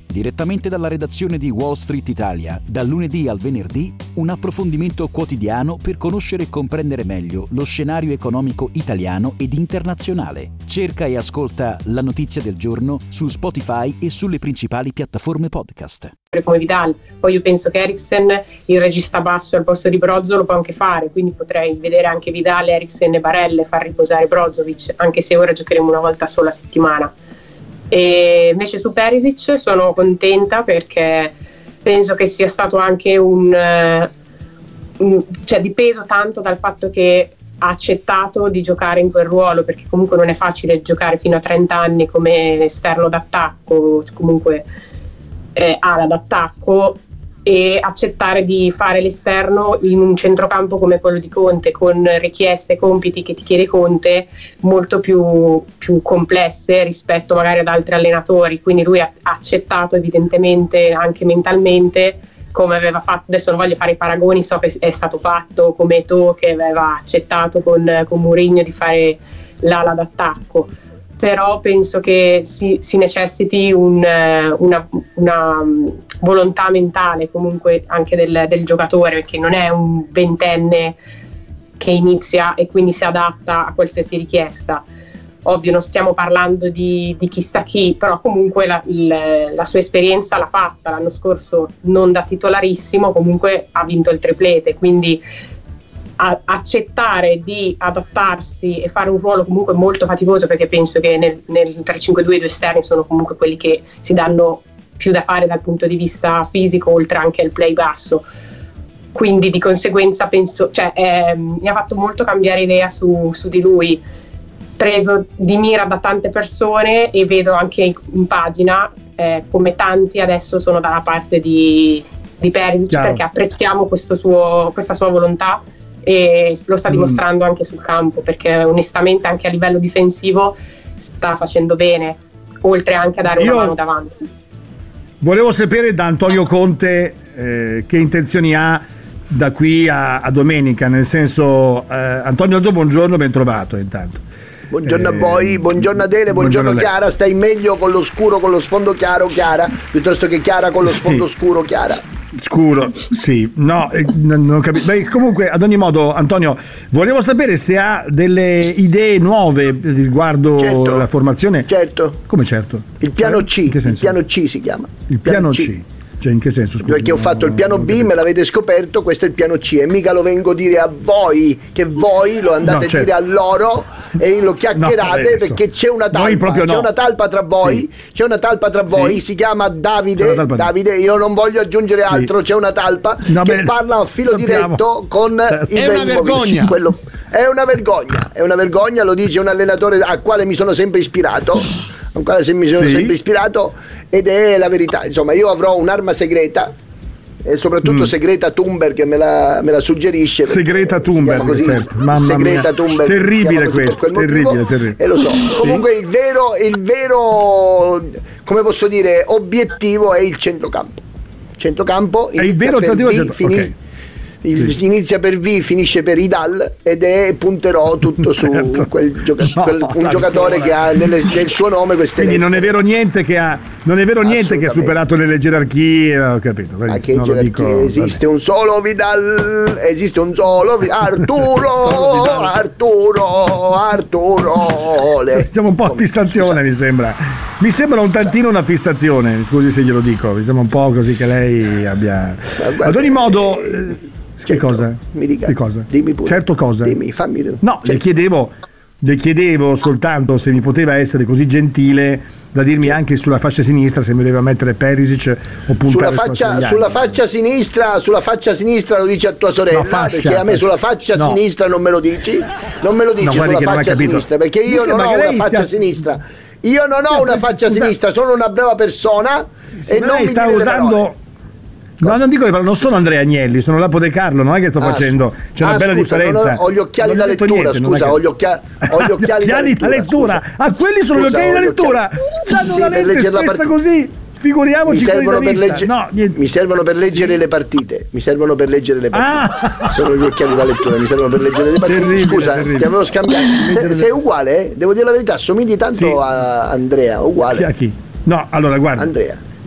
Direttamente dalla redazione di Wall Street Italia, dal lunedì al venerdì, un approfondimento quotidiano per conoscere e comprendere meglio lo scenario economico italiano ed internazionale. Cerca e ascolta La Notizia del Giorno su Spotify e sulle principali piattaforme podcast. Come Vidal, poi io penso che Eriksen il regista basso al posto di Brozovic lo può anche fare, quindi potrei vedere anche Vidal, Eriksen e Barella e far riposare Brozovic, anche se ora giocheremo una volta sola a settimana. E invece su Perisic sono contenta perché penso che sia stato anche cioè dipeso tanto dal fatto che ha accettato di giocare in quel ruolo, perché comunque non è facile giocare fino a 30 anni come esterno d'attacco, comunque ala d'attacco, e accettare di fare l'esterno in un centrocampo come quello di Conte, con richieste e compiti che ti chiede Conte molto più complesse rispetto magari ad altri allenatori, quindi lui ha accettato evidentemente anche mentalmente, come aveva fatto, adesso non voglio fare i paragoni, so che è stato fatto come Eto'o, che aveva accettato con Mourinho di fare l'ala d'attacco, però penso che si necessiti una volontà mentale comunque anche del giocatore, perché non è un ventenne che inizia e quindi si adatta a qualsiasi richiesta. Ovvio, non stiamo parlando di chissà chi, però comunque la sua esperienza l'ha fatta l'anno scorso, non da titolarissimo, comunque ha vinto il triplete, quindi accettare di adattarsi e fare un ruolo comunque molto faticoso, perché penso che nel 3-5-2 i due esterni sono comunque quelli che si danno più da fare dal punto di vista fisico, oltre anche al play basso, quindi di conseguenza penso, mi ha fatto molto cambiare idea su di lui, preso di mira da tante persone, e vedo anche in pagina come tanti adesso sono dalla parte di Perisic. Ciao. Perché apprezziamo questa sua volontà, e lo sta dimostrando anche sul campo, perché onestamente anche a livello difensivo sta facendo bene, oltre anche a dare una mano davanti. Volevo sapere da Antonio Conte che intenzioni ha da qui a domenica, nel senso, Antonio Aldo, buongiorno, ben trovato intanto. Buongiorno a voi, buongiorno Adele, buongiorno Chiara. Stai meglio con lo scuro, con lo sfondo chiaro, Chiara, piuttosto che Chiara con lo sfondo scuro, Chiara? Scuro, sì, no, non capisco. Beh, comunque, ad ogni modo, Antonio, volevo sapere se ha delle idee nuove riguardo la formazione. Certo. Come certo? Il piano C, il piano C si chiama. Il piano C. Cioè, in che senso? Scusi, perché ho fatto il piano B, me l'avete scoperto, questo è il piano C, e mica lo vengo a dire a voi, che voi lo andate a dire a loro e lo chiacchierate, perché c'è una talpa, c'è una talpa tra voi, c'è una talpa tra voi, si chiama Davide, io non voglio aggiungere altro, c'è una talpa che parla a filo diretto con è una vergogna. È una vergogna, lo dice un allenatore al quale mi sono sempre ispirato, ed è la verità. Insomma, io avrò un'arma segreta, e soprattutto Segreta Thunberg che me la suggerisce. Segreta Thunberg, così, certo. Mamma Segreta mia. Thunberg, terribile questo, terribile. E lo so. Comunque il vero, come posso dire, obiettivo è il centrocampo. È il vero obiettivo. Inizia per V, finisce per Idal, ed punterò tutto su un giocatore che ha nel suo nome queste quindi lettere. Non è vero niente che ha superato le gerarchie, ho capito. Che non lo dico, esiste un solo Vidal, Arturo. Siamo un po' a fissazione, mi sembra un tantino una fissazione, scusi se glielo dico, mi sembra un po' così che lei abbia. Ad ogni modo, che cosa? Mi dica. Che cosa? Dimmi pure. Certo cosa? Dimmi, fammi. No, certo. Le chiedevo soltanto se mi poteva essere così gentile da dirmi anche sulla fascia sinistra se mi doveva mettere Perisic o puntare sulla faccia sinistra lo dici a tua sorella, perché a me sulla faccia sinistra non me lo dici sulla faccia sinistra, perché io non ho una faccia sinistra. Io non ho una faccia sinistra, sono una brava persona, e non mi sta usando. No, non dico che non sono Andrea Agnelli, sono Lapo De Carlo, non è che sto facendo, c'è una bella differenza. Ho gli occhiali da lettura, scusa, ho gli occhiali da lettura. Ah, quelli sono gli occhiali da lettura. C'hanno la lente stessa così. Figuriamoci mi servono per leggere le partite. Sono gli occhiali da lettura, mi servono per leggere le partite. Terribile, scusa, ti avevo scambiato. Sei uguale, devo dire la verità, assomigli tanto a Andrea, uguale. A chi? No, allora guarda. Andrea.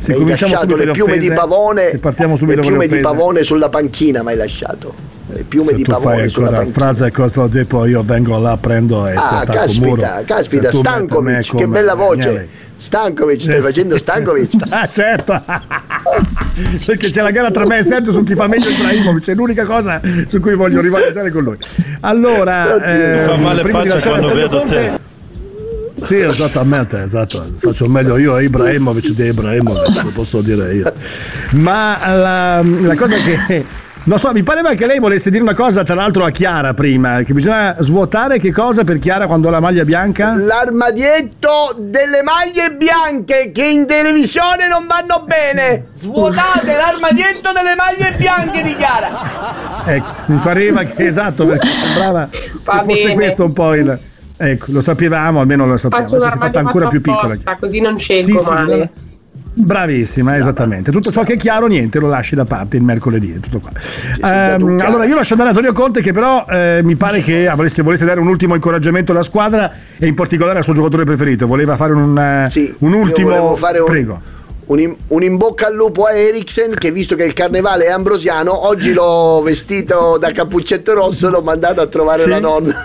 Se hai cominciamo lasciato subito le piume offese, di pavone, se partiamo subito le con le piume di offese. pavone sulla panchina, mi hai lasciato. Le piume Se di tu pavone fai sulla ancora panchina. frase questo tipo, io vengo là, prendo e ti attacco un muro. Caspita, Se tu metti a me Stankovic, che come bella voce. Agnelli. Stankovic, stai facendo Stankovic? Certo, perché c'è la gara tra me e Sergio su chi fa meglio Ibrahimovic, è l'unica cosa su cui voglio rivaleggiare con lui. Allora, fa male prima di pancia lasciare quando Antonio vedo Conte, sì, esattamente, esatto. Faccio meglio io a Ibrahimovic di Ibrahimovic, lo posso dire io. Ma la cosa che non so, mi pareva che lei volesse dire una cosa, tra l'altro, a Chiara prima, che bisogna svuotare che cosa per Chiara quando ha la maglia bianca? L'armadietto delle maglie bianche che in televisione non vanno bene. Svuotate l'armadietto delle maglie bianche di Chiara. Ecco, mi pareva che esatto, perché sembrava che fosse bene. questo un po' il... Ecco, lo sapevamo, almeno lo sappiamo. Faccio un Adesso si è fatta armadio ancora più piccola. apposta, così non scelgo male. Bravissima, esattamente. Tutto ciò che è chiaro, niente, lo lasci da parte il mercoledì. Tutto qua. Allora, io lascio andare Antonio Conte, che però mi pare che volesse dare un ultimo incoraggiamento alla squadra e in particolare al suo giocatore preferito. Voleva fare un ultimo. Prego. Un in bocca al lupo a Eriksen, che visto che il carnevale è ambrosiano, oggi l'ho vestito da cappuccetto rosso, l'ho mandato a trovare la nonna.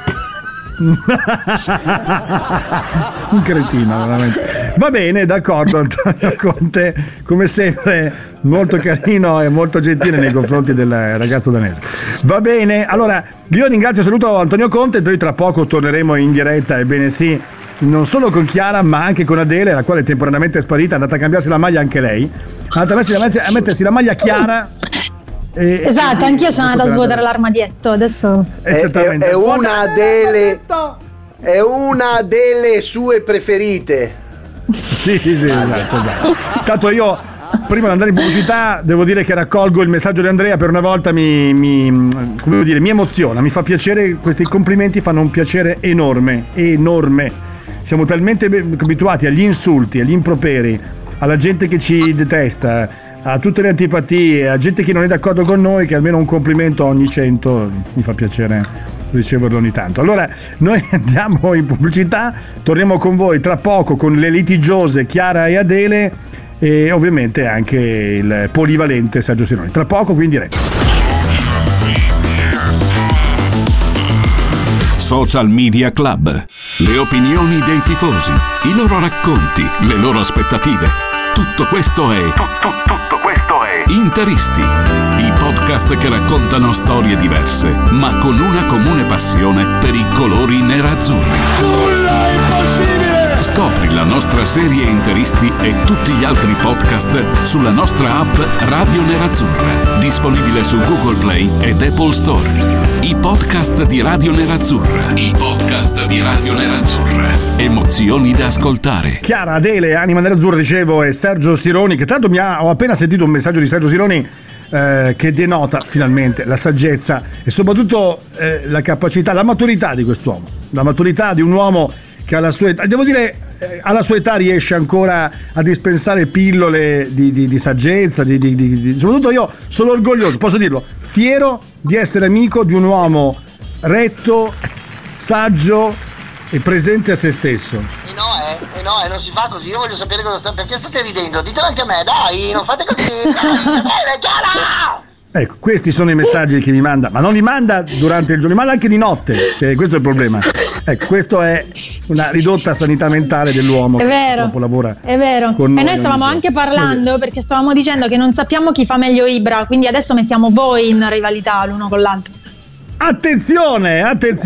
Un cretino, veramente. Va bene, d'accordo. Antonio Conte, come sempre, molto carino e molto gentile nei confronti del ragazzo danese. Va bene, allora io ringrazio e saluto Antonio Conte. Noi tra poco torneremo in diretta, ebbene sì, non solo con Chiara ma anche con Adele, la quale temporaneamente è sparita, è andata a cambiarsi la maglia anche lei, è andata a mettersi la maglia Chiara. Esatto, anch'io sono andata a svuotare l'armadietto, adesso è una delle sue preferite. Sì, esatto. Tanto io, prima di andare in pubblicità, devo dire che raccolgo il messaggio di Andrea, per una volta mi emoziona, mi fa piacere, questi complimenti fanno un piacere enorme. Siamo talmente abituati agli insulti, agli improperi, alla gente che ci detesta, a tutte le antipatie, a gente che non è d'accordo con noi, che almeno un complimento ogni 100 mi fa piacere riceverlo ogni tanto. Allora noi andiamo in pubblicità, torniamo con voi tra poco con le litigiose Chiara e Adele e ovviamente anche il polivalente Sergio Sironi. Tra poco qui in diretta. Social Media Club. Le opinioni dei tifosi, i loro racconti, le loro aspettative. Tutto questo è Interisti, i podcast che raccontano storie diverse, ma con una comune passione per i colori nerazzurri. Nulla è impossibile! Scopri la nostra serie Interisti e tutti gli altri podcast sulla nostra app Radio Nerazzurra, disponibile su Google Play ed Apple Store. I podcast di Radio Nerazzurra. Emozioni da ascoltare. Chiara, Adele, Anima Nerazzurra, dicevo, e Sergio Sironi, che tanto ho appena sentito un messaggio di Sergio Sironi che denota finalmente la saggezza e soprattutto la capacità, la maturità di quest'uomo. La maturità di un uomo che alla sua età, devo dire, alla sua età riesce ancora a dispensare pillole di saggezza, soprattutto io sono orgoglioso, posso dirlo, fiero di essere amico di un uomo retto, saggio e presente a se stesso. No, non si fa così, io voglio sapere perché state ridendo, ditelo anche a me, dai, non fate così, dai, Chiara! Ecco, questi sono i messaggi che mi manda, ma non li manda durante il giorno, li manda anche di notte, cioè, questo è il problema. Ecco, questo è una ridotta sanità mentale dell'uomo. È vero, che lavora. È vero. E noi stavamo anche parlando, perché stavamo dicendo che non sappiamo chi fa meglio Ibra, quindi adesso mettiamo voi in rivalità l'uno con l'altro. Attenzione!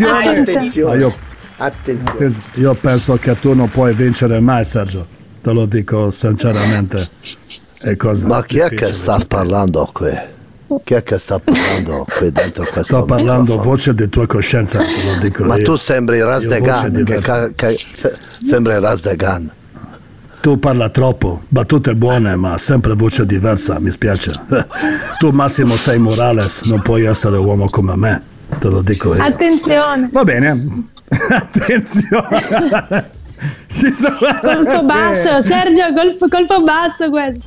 Io penso che tu non puoi vincere mai, Sergio, te lo dico sinceramente. Ma chi è che sta parlando qui? Chi è che sta parlando qui dentro questo? Sto parlando voce di tua coscienza, te lo dico ma io. Tu sembri Razdegan, sembri Razdegan. Tu parla troppo, battute buone, ma sempre voce diversa, mi spiace. Tu Massimo sei Morales, non puoi essere uomo come me, te lo dico io. Attenzione. Va bene. Attenzione. Colpo basso, Sergio, colpo basso questo.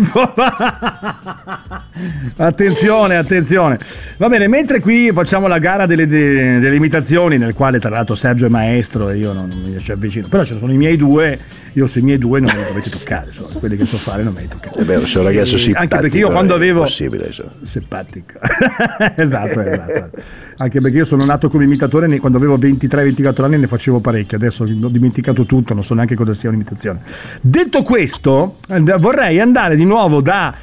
Attenzione. Va bene, mentre qui facciamo la gara delle imitazioni, nel quale tra l'altro Sergio è maestro e io non mi ci avvicino, però ci sono i miei due, io sui miei due non me li dovete toccare, insomma, quelli che so fare non me li toccare. Beh, sei un ragazzo simpatico. Anche perché io quando avevo... Possibile, simpatico. esatto. Anche perché io sono nato come imitatore quando avevo 23-24 anni, ne facevo parecchio, adesso ho dimenticato tutto, non so neanche cosa sia un'imitazione. Detto questo, vorrei andare di nuovo da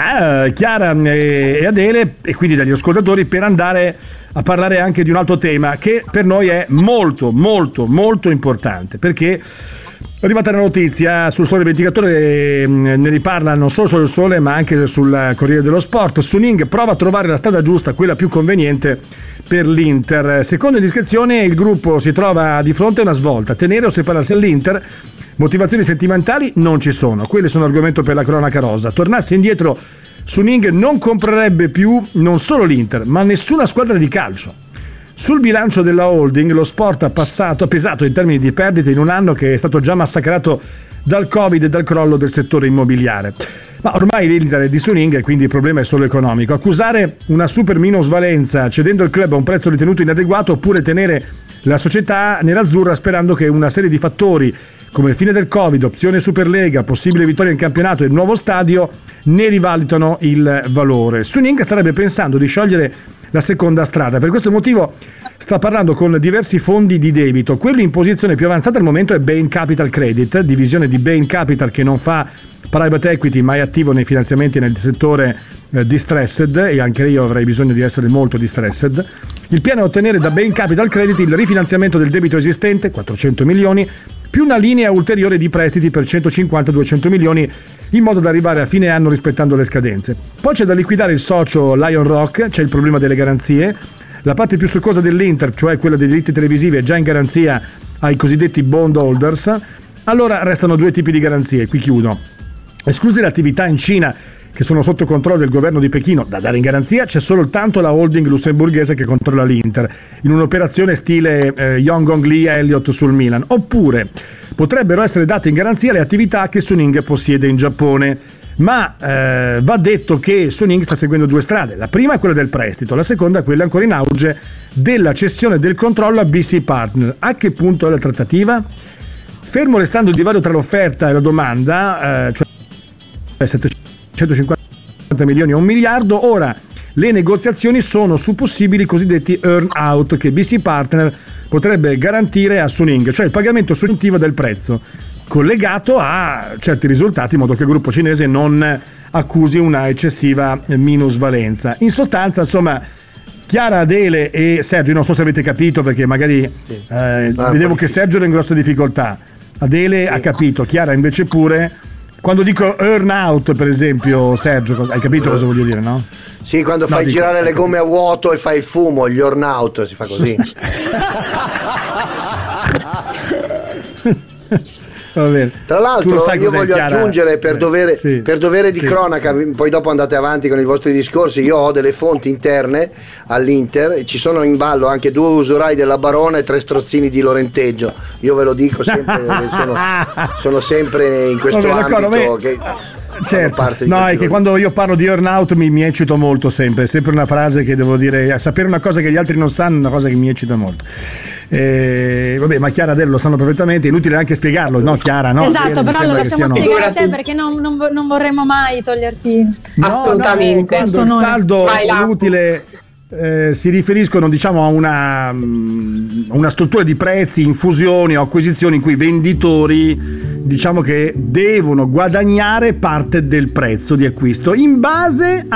Chiara e Adele, e quindi dagli ascoltatori, per andare a parlare anche di un altro tema che per noi è molto molto molto importante, perché è arrivata la notizia sul Sole 24 Ore, ne riparla non solo sul Sole ma anche sul Corriere dello Sport. Suning prova a trovare la strada giusta, quella più conveniente per l'Inter. Secondo indiscrezione il gruppo si trova di fronte a una svolta: tenere o separarsi all'Inter. Motivazioni sentimentali non ci sono, quelli sono argomento per la cronaca rosa. Tornassi indietro, Suning non comprerebbe più non solo l'Inter ma nessuna squadra di calcio. Sul bilancio della holding lo sport ha pesato in termini di perdite in un anno che è stato già massacrato dal Covid e dal crollo del settore immobiliare. Ma ormai l'Inter è di Suning e quindi il problema è solo economico. Accusare una super minusvalenza cedendo il club a un prezzo ritenuto inadeguato, oppure tenere la società nerazzurra sperando che una serie di fattori come il fine del Covid, opzione Superlega, possibile vittoria in campionato e il nuovo stadio ne rivalutano il valore. Suning starebbe pensando di sciogliere la seconda strada. Per questo motivo sta parlando con diversi fondi di debito. Quello in posizione più avanzata al momento è Bain Capital Credit, divisione di Bain Capital che non fa private equity ma è attivo nei finanziamenti nel settore distressed, e anche io avrei bisogno di essere molto distressed. Il piano è ottenere da Bain Capital Credit il rifinanziamento del debito esistente, 400 milioni, più una linea ulteriore di prestiti per 150-200 milioni, in modo da arrivare a fine anno rispettando le scadenze. Poi c'è da liquidare il socio Lion Rock, c'è il problema delle garanzie. La parte più succosa dell'Inter, cioè quella dei diritti televisivi, è già in garanzia ai cosiddetti bond holders. Allora restano due tipi di garanzie, qui chiudo. Escluse le attività in Cina che sono sotto controllo del governo di Pechino da dare in garanzia, c'è soltanto la holding lussemburghese che controlla l'Inter, in un'operazione stile Yongong Lee Elliott sul Milan. Oppure potrebbero essere date in garanzia le attività che Suning possiede in Giappone. Ma va detto che Suning sta seguendo due strade. La prima è quella del prestito, la seconda è quella ancora in auge della cessione del controllo a BC Partner. A che punto è la trattativa? Fermo restando il divario tra l'offerta e la domanda, cioè 750 milioni a 1 miliardo, ora le negoziazioni sono su possibili cosiddetti earn out che BC Partner potrebbe garantire a Suning, cioè il pagamento soggettivo del prezzo collegato a certi risultati, in modo che il gruppo cinese non accusi una eccessiva minusvalenza. In sostanza, insomma, Chiara, Adele e Sergio, non so se avete capito, perché magari vedevo che Sergio era in grossa difficoltà. Adele ha capito, Chiara invece pure. Quando dico earn out, per esempio, Sergio, hai capito cosa voglio dire, no? Sì, quando fai girare le gomme a vuoto e fai il fumo, gli earn out, si fa così. Va bene. Tra l'altro io voglio aggiungere per dovere di cronaca, poi dopo andate avanti con i vostri discorsi. Io ho delle fonti interne all'Inter, ci sono in ballo anche 2 usurai della Barona e 3 strozzini di Lorenteggio. Io ve lo dico sempre, sono sempre in questo ambito che certo, no, è che quando io parlo di earn out mi eccito molto, sempre una frase che devo dire, sapere una cosa che gli altri non sanno è una cosa che mi eccita molto. Vabbè, ma Chiara e Adele lo sanno perfettamente, è inutile anche spiegarlo, no Chiara? No, esatto, però lo lasciamo spiegare a te, perché non vorremmo mai toglierti. No, assolutamente. Quando il saldo utile si riferiscono, diciamo, a una struttura di prezzi, infusioni o acquisizioni in cui i venditori, diciamo, che devono guadagnare parte del prezzo di acquisto in base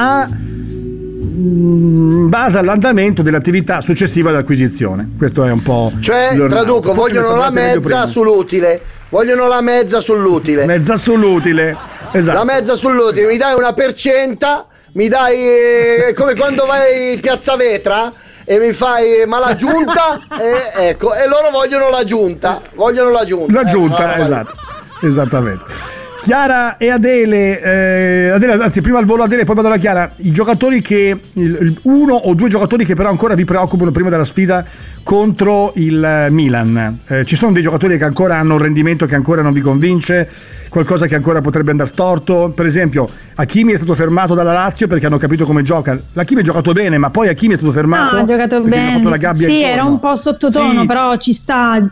all'andamento dell'attività successiva all'acquisizione. Questo è un po', cioè, traduco, vogliono la mezza sull'utile. Vogliono la mezza sull'utile. Mezza sull'utile, esatto. La mezza sull'utile, mi dai una percenta, mi dai come quando vai in Piazza Vetra e mi fai ma la giunta ecco, e loro vogliono la giunta. La giunta, esatto. Esattamente. Chiara e Adele, anzi prima al volo Adele, poi vado alla Chiara. I giocatori che, uno o due giocatori che però ancora vi preoccupano prima della sfida contro il Milan. Ci sono dei giocatori che ancora hanno un rendimento che ancora non vi convince, qualcosa che ancora potrebbe andare storto? Per esempio, Hakimi è stato fermato dalla Lazio perché hanno capito come gioca. Hakimi ha giocato bene, ma poi Hakimi è stato fermato. No, ha giocato bene. Fatto una gabbia sì, intorno. Era un po' sottotono, sì. Però ci sta.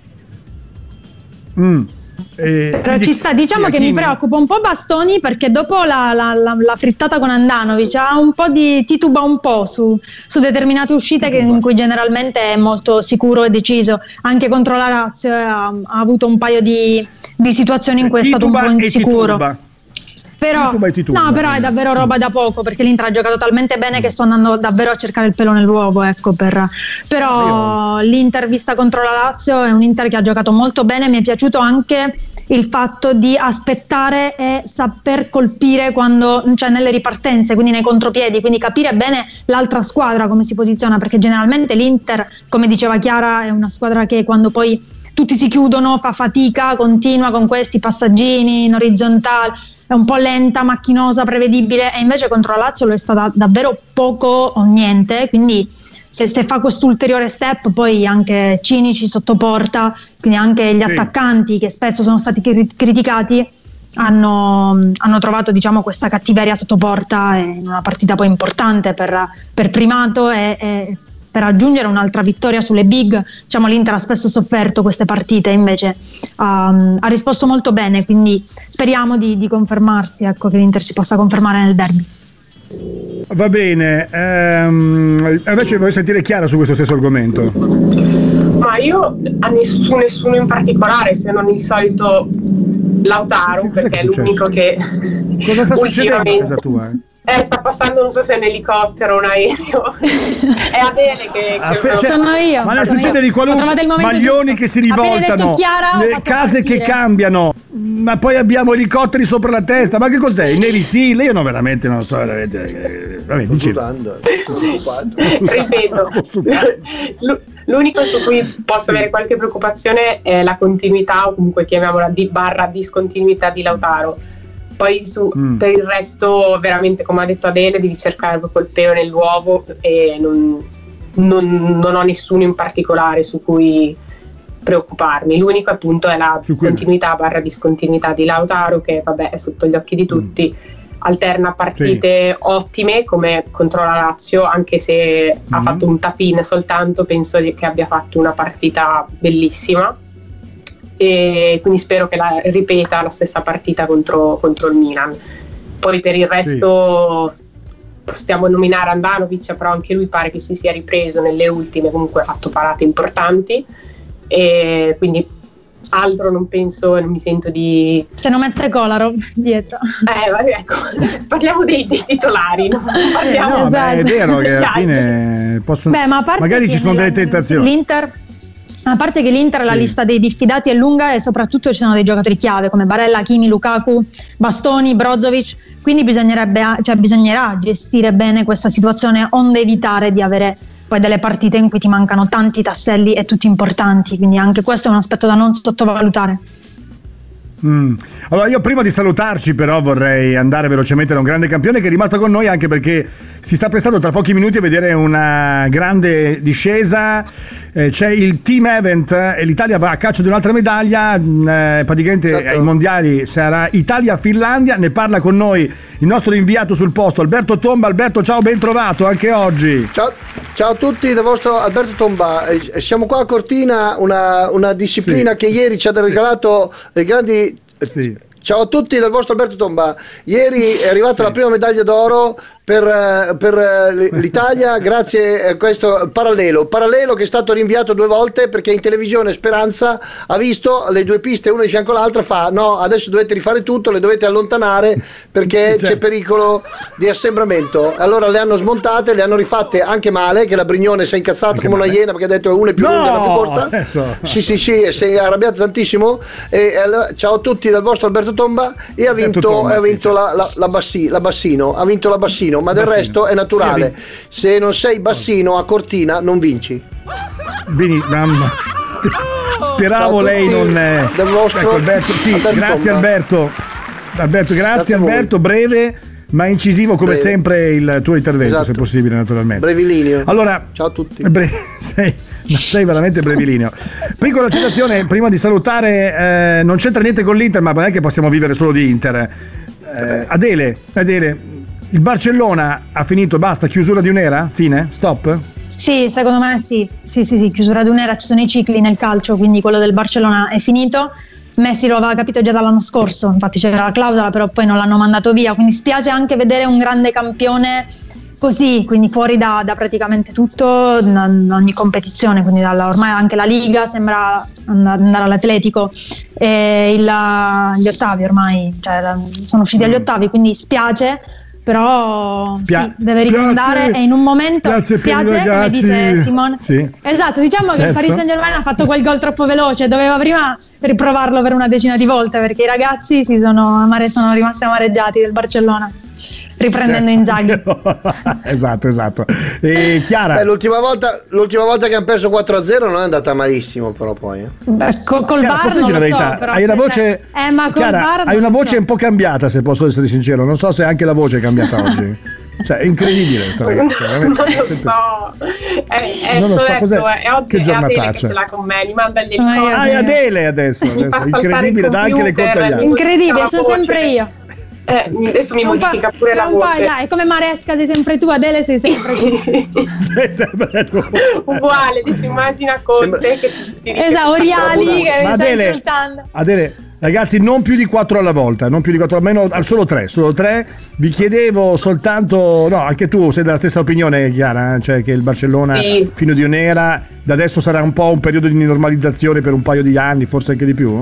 Però ci sta, diciamo che mi preoccupa un po' Bastoni, perché dopo la frittata con Andanovic tituba un po' su determinate uscite in cui generalmente è molto sicuro e deciso. Anche contro la Lazio ha avuto un paio di situazioni in cui è stato un po' insicuro. Però è davvero roba da poco, perché l'Inter ha giocato talmente bene che sto andando davvero a cercare il pelo nell'uovo, ecco. Però l'Inter vista contro la Lazio è un Inter che ha giocato molto bene. Mi è piaciuto anche il fatto di aspettare e saper colpire nelle ripartenze, quindi nei contropiedi, quindi capire bene l'altra squadra come si posiziona, perché generalmente l'Inter, come diceva Chiara, è una squadra che quando poi tutti si chiudono fa fatica, continua con questi passaggini in orizzontale, è un po' lenta, macchinosa, prevedibile, e invece contro la Lazio lo è stata davvero poco o niente. Quindi se fa quest'ulteriore step, poi anche cinici sotto porta, quindi anche gli attaccanti che spesso sono stati criticati hanno trovato, diciamo, questa cattiveria sotto porta in una partita poi importante per primato e per raggiungere un'altra vittoria sulle big. Diciamo, l'Inter ha spesso sofferto queste partite, invece ha risposto molto bene, quindi speriamo di confermarsi, ecco, che l'Inter si possa confermare nel derby. Va bene, invece voglio sentire Chiara su questo stesso argomento. Ma io a nessuno in particolare, se non il solito Lautaro, perché è l'unico che cosa sta succedendo a casa tua? Sta passando, non so se è un elicottero o un aereo. È Adele che sono io. Ma ne succede di qualunque, maglioni che si rivoltano, le case che cambiano, ma poi abbiamo elicotteri sopra la testa. Ma che cos'è? I Navy Seal? Io veramente non so. Ripeto, l'unico su cui posso avere qualche preoccupazione è la continuità, o comunque chiamiamola discontinuità di Lautaro. Poi per il resto, veramente, come ha detto Adele, devi cercare proprio il pelo nell'uovo, e non ho nessuno in particolare su cui preoccuparmi. L'unico appunto è la continuità / discontinuità di Lautaro, che vabbè è sotto gli occhi di tutti. Alterna partite ottime come contro la Lazio, anche se ha fatto un tap-in soltanto, penso che abbia fatto una partita bellissima, e quindi spero che ripeta la stessa partita contro il Milan. Poi per il resto possiamo nominare Andanovic, però anche lui pare che si sia ripreso nelle ultime, comunque ha fatto parate importanti, e quindi altro non penso, non mi sento di... Se non mette Kolarov dietro. Ecco, parliamo dei titolari, no? No, è vero che alla fine possono... ma a parte magari ci sono delle tentazioni. A parte che l'Inter, la lista dei diffidati è lunga, e soprattutto ci sono dei giocatori chiave come Barella, Hakimi, Lukaku, Bastoni, Brozovic, quindi bisognerà gestire bene questa situazione, onde evitare di avere poi delle partite in cui ti mancano tanti tasselli e tutti importanti, quindi anche questo è un aspetto da non sottovalutare. Allora, io prima di salutarci però vorrei andare velocemente da un grande campione che è rimasto con noi, anche perché si sta prestando tra pochi minuti a vedere una grande discesa. C'è il team event e l'Italia va a caccia di un'altra medaglia, praticamente ai mondiali sarà Italia-Finlandia. Ne parla con noi il nostro inviato sul posto, Alberto Tomba. Alberto, ciao, ben trovato anche oggi. Ciao a tutti, dal vostro Alberto Tomba. Siamo qua a Cortina, una disciplina che ieri ci ha regalato grandi... Ciao a tutti dal vostro Alberto Tomba. Ieri è arrivata la prima medaglia d'oro per l'Italia grazie a questo parallelo che è stato rinviato 2 volte, perché in televisione Speranza ha visto le 2 piste una di fianco all'altra, fa no, adesso dovete rifare tutto, le dovete allontanare perché c'è pericolo di assembramento. Allora le hanno smontate, le hanno rifatte anche male, che la Brignone si è incazzato anche come una iena perché ha detto una è più lunga e una più corta. Sì, si è arrabbiato tantissimo. E allora, ciao a tutti dal vostro Alberto Tomba. E ha vinto la Bassino, ha vinto la Bassino, ma del resto è naturale. Se non sei Bassino a Cortina non vinci. Speravo lei non... Del vostro ecco, Alberto, Alberto grazie Tomba. Alberto. Alberto, grazie Alberto, breve ma incisivo come sempre il tuo intervento, se possibile, naturalmente. Brevilineo. Allora, ciao a tutti. Sei veramente brevilineo. Piccola citazione prima di salutare, non c'entra niente con l'Inter, ma non è che possiamo vivere solo di Inter. Adele, il Barcellona ha finito, basta, chiusura di un'era? Fine? Stop? Sì, secondo me sì, chiusura di un'era, ci sono i cicli nel calcio, quindi quello del Barcellona è finito. Messi lo aveva capito già dall'anno scorso, infatti c'era la clausola, però poi non l'hanno mandato via, quindi spiace anche vedere un grande campione così, quindi fuori da praticamente tutto, da ogni competizione, quindi ormai anche la Liga sembra andare all'Atletico e gli ottavi ormai, cioè, sono usciti agli ottavi, quindi spiace. Però deve rimandare e in un momento spiace, come dice Simone. Sì. Esatto, diciamo che il Paris Saint-Germain ha fatto quel gol troppo veloce, doveva prima riprovarlo per una decina di volte, perché i ragazzi sono rimasti amareggiati del Barcellona, riprendendo Inzaghi. Esatto. E Chiara? L'ultima volta che hanno perso 4-0 non è andata malissimo, però poi. Col Chiara, VAR non lo so, però hai una voce, ma Chiara, hai una voce un po' cambiata, se posso essere sincero. Non so se anche la voce è cambiata oggi. Cioè, è incredibile questa ragazza. Non lo so. Non lo so cos'è. È oggi che Adele giornataccia. che ce l'ha con me, mi manda gli cose. È Adele adesso. Incredibile, dà anche le colpe agli altri. Incredibile, sono sempre io. Adesso mi modifica pure la voce. Dai, come Maresca sei sempre tu, Adele sei sempre tu. Sei sempre tu. Uguale, ti si immagina Conte che ti dice Oriali che mi stai Adele, insultando. Adele, ragazzi, non più di 4 alla volta, almeno solo 3. Vi chiedevo soltanto, no, anche tu sei della stessa opinione, Chiara, cioè che il Barcellona fino di un'era, da adesso sarà un po' un periodo di normalizzazione per un paio di anni, forse anche di più?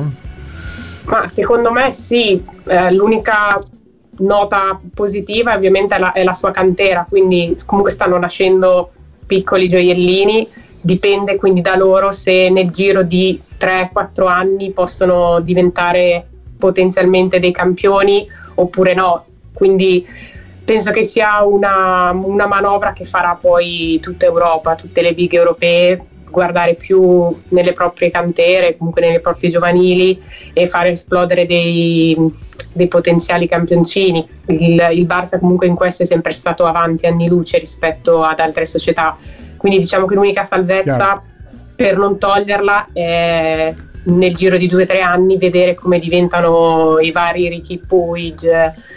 Ma secondo me sì, l'unica nota positiva ovviamente è la sua cantera, quindi comunque stanno nascendo piccoli gioiellini, dipende quindi da loro se nel giro di 3-4 anni possono diventare potenzialmente dei campioni oppure no, quindi penso che sia una manovra che farà poi tutta Europa, tutte le big europee, guardare più nelle proprie cantere, comunque nelle proprie giovanili e fare esplodere dei potenziali campioncini. Il Barça comunque in questo è sempre stato avanti anni luce rispetto ad altre società, quindi diciamo che l'unica salvezza per non toglierla è nel giro di 2-3 anni vedere come diventano i vari Ricky Puig,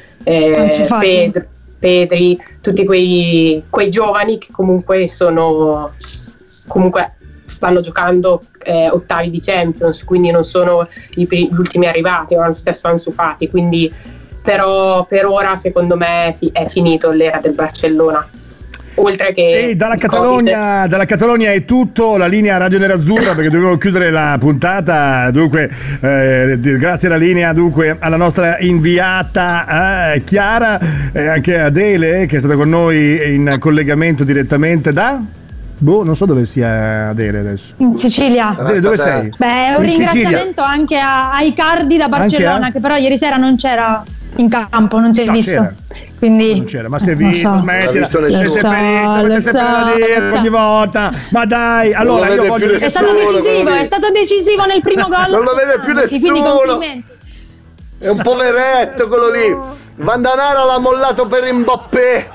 Pedri, tutti quei giovani che comunque stanno giocando ottavi di Champions, quindi non sono gli ultimi arrivati, o lo stesso Ansu Fati, quindi però per ora secondo me è finito l'era del Barcellona. Oltre che dalla Catalogna è tutto, la linea Radio Nerazzurra, perché dovevo chiudere la puntata, dunque grazie alla linea dunque alla nostra inviata Chiara e anche Adele che è stata con noi in collegamento direttamente da non so dove sia Adele adesso. In Sicilia. Adele, dove sei? Beh, un ringraziamento anche a Icardi da Barcellona, che però ieri sera non c'era in campo, non si è visto. C'era. Quindi non c'era, ma si è visto, smettila, ogni volta, ma dai, allora io voglio... È stato decisivo nel primo gol. Non lo vede più nessuno. È un poveretto quello lì. Vandanara l'ha mollato per Mbappé.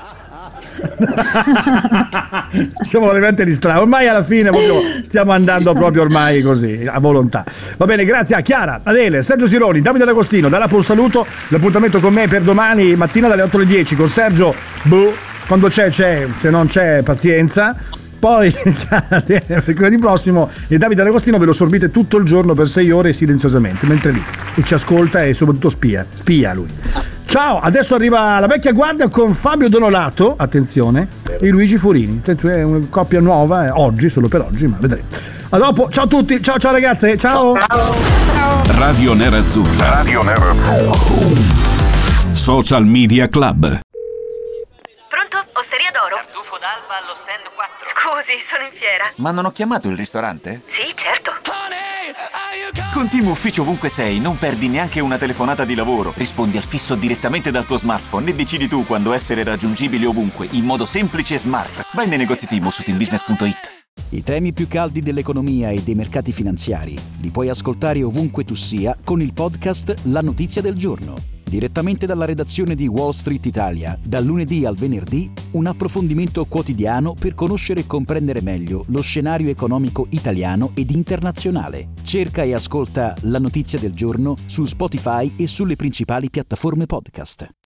Siamo veramente distratti. Ormai alla fine stiamo andando proprio ormai così a volontà. Va bene, grazie a Chiara, Adele, Sergio Sironi, Davide D'Agostino. Da Lapo un saluto. L'appuntamento con me per domani mattina dalle 8 alle 10 con Sergio. Quando c'è, se non c'è, pazienza. Poi mercoledì prossimo e Davide D'Agostino ve lo sorbite tutto il giorno per 6 ore silenziosamente, mentre lì e ci ascolta e soprattutto spia lui. Ciao, adesso arriva la vecchia guardia con Fabio Donolato, attenzione, e Luigi Furini. È una coppia nuova, oggi, solo per oggi, ma vedremo. A dopo, ciao a tutti, ciao ragazze, ciao. Radio Nerazzurra. Social Media Club. Pronto? Osteria d'oro? Tartufo d'alba allo stand 4. Scusi, sono in fiera. Ma non ho chiamato il ristorante? Sì, certo. Con Team Ufficio ovunque sei, non perdi neanche una telefonata di lavoro. Rispondi al fisso direttamente dal tuo smartphone e decidi tu quando essere raggiungibile ovunque, in modo semplice e smart. Vai nei negozi Team o su teambusiness.it. I temi più caldi dell'economia e dei mercati finanziari li puoi ascoltare ovunque tu sia con il podcast La Notizia del Giorno. Direttamente dalla redazione di Wall Street Italia, dal lunedì al venerdì, un approfondimento quotidiano per conoscere e comprendere meglio lo scenario economico italiano ed internazionale. Cerca e ascolta La Notizia del Giorno su Spotify e sulle principali piattaforme podcast.